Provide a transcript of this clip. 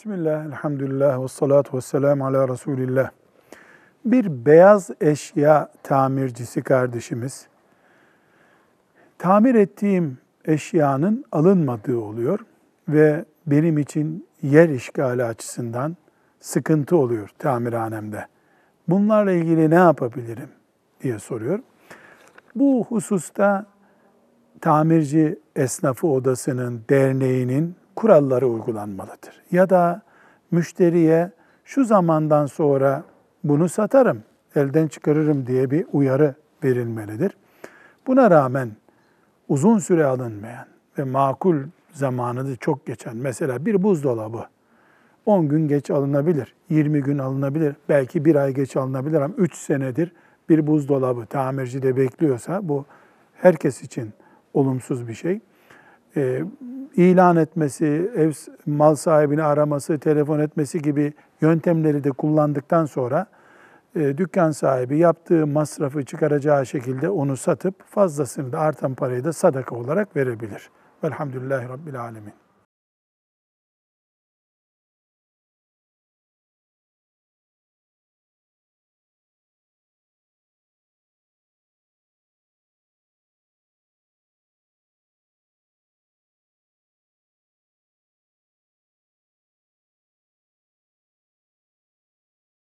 Bismillah, elhamdülillah, ve salatu ve selamu ala Resulillah. Bir beyaz eşya tamircisi kardeşimiz, tamir ettiğim eşyanın alınmadığı oluyor ve benim için yer işgali açısından sıkıntı oluyor tamirhanemde. Bunlarla ilgili ne yapabilirim diye soruyor. Bu hususta tamirci esnafı odasının, derneğinin kuralları uygulanmalıdır. Ya da müşteriye şu zamandan sonra bunu satarım, elden çıkarırım diye bir uyarı verilmelidir. Buna rağmen uzun süre alınmayan ve makul zamanı da çok geçen, mesela bir buzdolabı 10 gün geç alınabilir, 20 gün alınabilir, belki bir ay geç alınabilir ama 3 senedir bir buzdolabı tamircide bekliyorsa bu herkes için olumsuz bir şey. İlan etmesi, mal sahibini araması, telefon etmesi gibi yöntemleri de kullandıktan sonra dükkan sahibi yaptığı masrafı çıkaracağı şekilde onu satıp fazlasını da artan parayı da sadaka olarak verebilir. Velhamdülillahi Rabbil Alemin.